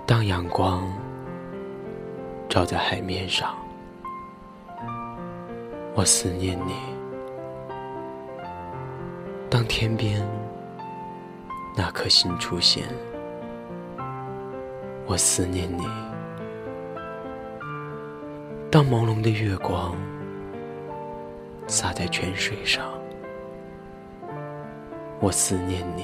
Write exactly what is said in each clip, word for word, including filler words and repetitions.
当阳光照在海面上，我思念你；当天边那颗星出现，我思念你；当朦胧的月光洒在泉水上，我思念你；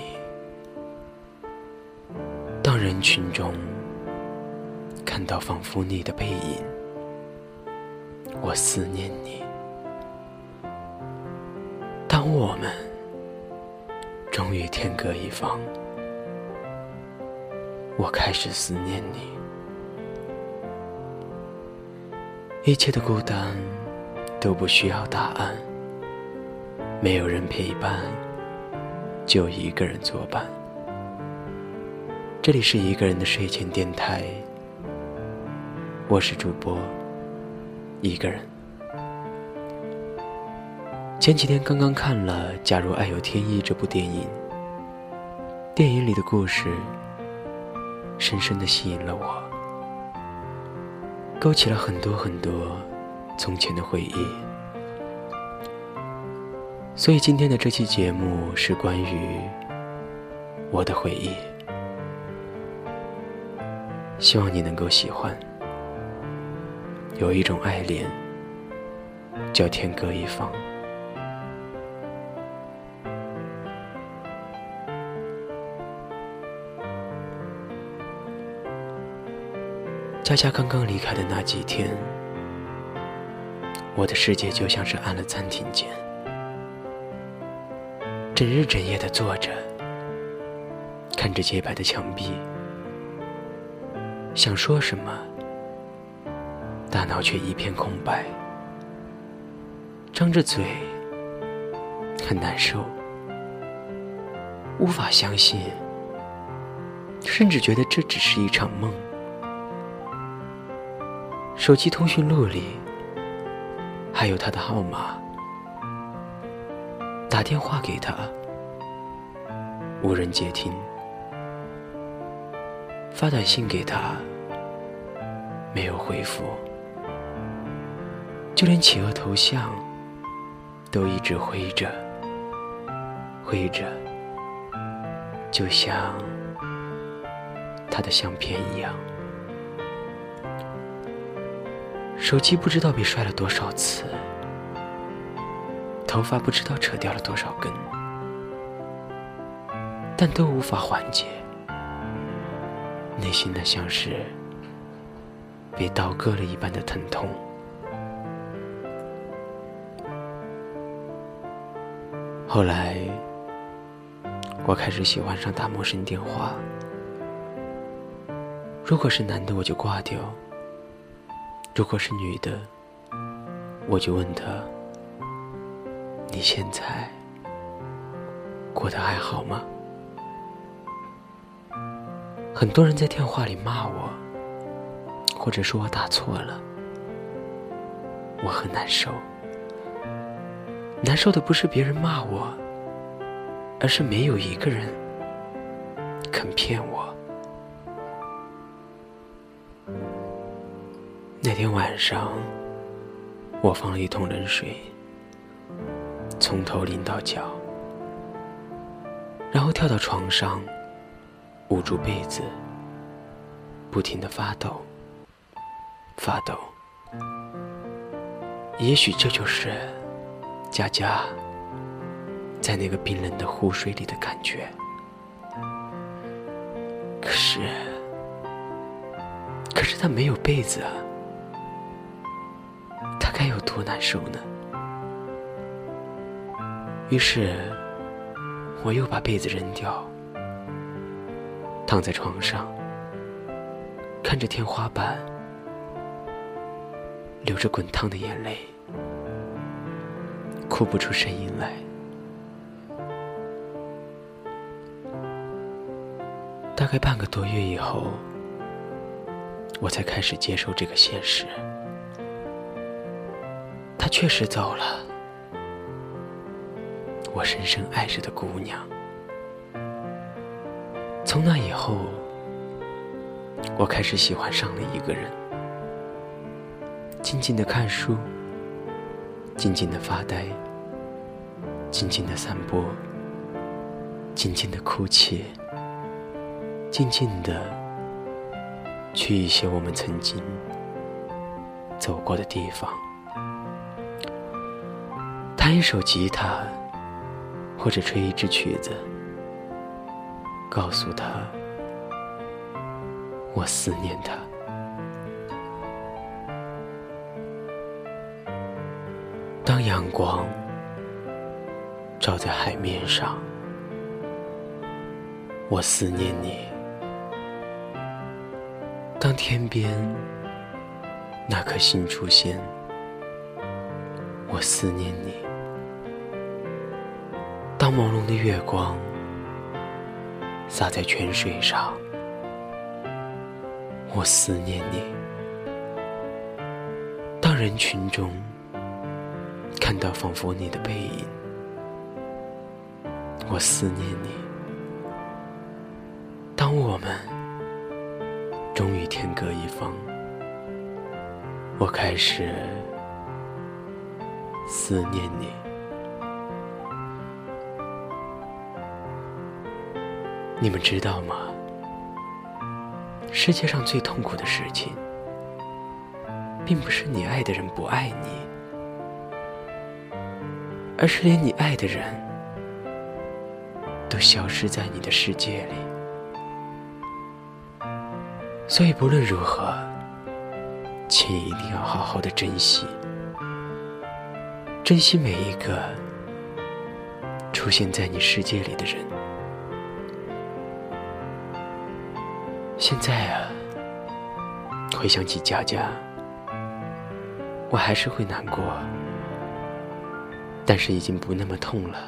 当人群中看到仿佛你的背影，我思念你；当我们终于天各一方，我开始思念你。一切的孤单都不需要答案，没有人陪伴，就一个人作伴。这里是一个人的睡前电台，我是主播一个人。前几天刚刚看了《假如爱有天意》这部电影，电影里的故事深深地吸引了我，勾起了很多很多从前的回忆。所以今天的这期节目是关于我的回忆，希望你能够喜欢。有一种爱恋叫天各一方。佳佳刚刚离开的那几天，我的世界就像是按了暂停键，整日整夜地坐着，看着洁白的墙壁，想说什么，大脑却一片空白，张着嘴很难受，无法相信，甚至觉得这只是一场梦。手机通讯录里还有他的号码，打电话给他无人接听，发短信给他没有回复，就连企鹅头像都一直挥着挥着，就像他的相片一样。手机不知道被摔了多少次，头发不知道扯掉了多少根，但都无法缓解内心那像是被刀割了一般的疼痛。后来我开始喜欢上打陌生电话，如果是男的我就挂掉，如果是女的我就问她，你现在过得还好吗？很多人在电话里骂我，或者说我打错了，我很难受。难受的不是别人骂我，而是没有一个人肯骗我。那天晚上，我放了一桶冷水，从头淋到脚，然后跳到床上，捂住被子，不停地发抖，发抖。也许这就是佳佳在那个冰冷的湖水里的感觉。可是，可是她没有被子啊，她该有多难受呢？于是，我又把被子扔掉，躺在床上，看着天花板，流着滚烫的眼泪，哭不出声音来。大概半个多月以后，我才开始接受这个现实。她确实走了，我深深爱着的姑娘。从那以后， 我开始喜欢上了一个人，静静地看书，静静地发呆，静静地散步，静静地哭泣，静静地去一些我们曾经走过的地方，弹一首吉他，或者吹一支曲子，告诉他我思念他。当阳光照在海面上，我思念你；当天边那颗星出现，我思念你；当朦胧的月光洒在泉水上，我思念你；当人群中看到仿佛你的背影，我思念你；当我们终于天各一方，我开始思念你。你们知道吗？世界上最痛苦的事情，并不是你爱的人不爱你，而是连你爱的人都消失在你的世界里。所以不论如何，请一定要好好的珍惜，珍惜每一个出现在你世界里的人。现在啊，回想起佳佳，我还是会难过，但是已经不那么痛了。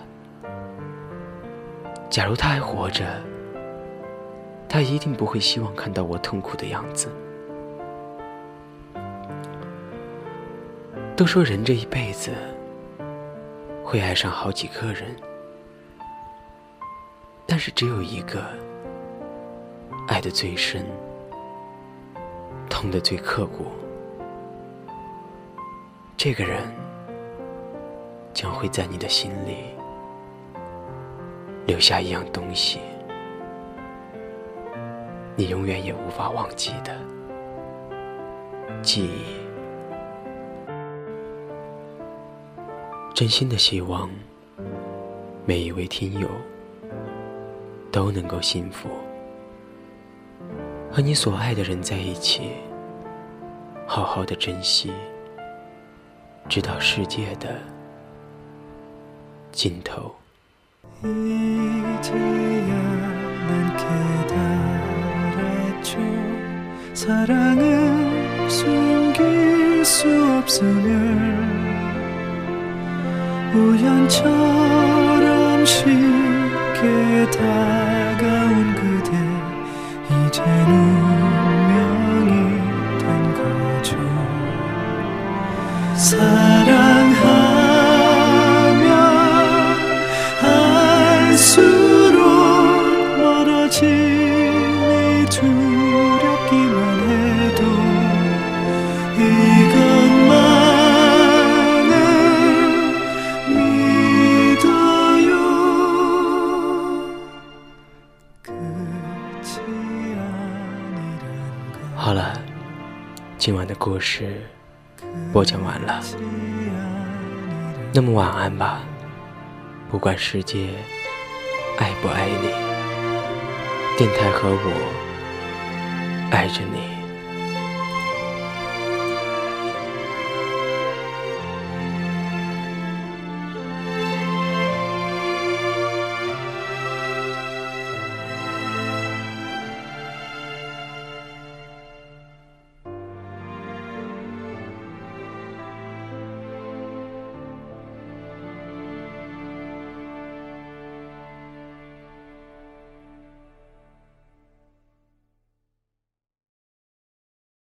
假如她还活着，她一定不会希望看到我痛苦的样子。都说人这一辈子会爱上好几个人，但是只有一个爱得最深，痛得最刻骨，这个人将会在你的心里留下一样东西，你永远也无法忘记的记忆。真心的希望每一位听友都能够幸福，和你所爱的人在一起，好好的珍惜，直到世界的尽头。 이제야 난 깨달았죠. 사랑은 숨길 수 없으면 우연처럼 쉽게 다가온 그대 이젠 운명이 된 거죠. 사랑하면 할수록 멀어짐이 두렵기만 해도 이것만은 믿어요. 끝이 아니란 걸. 好了，今晚的故事播讲完了，那么晚安吧。不管世界爱不爱你，电台和我爱着你。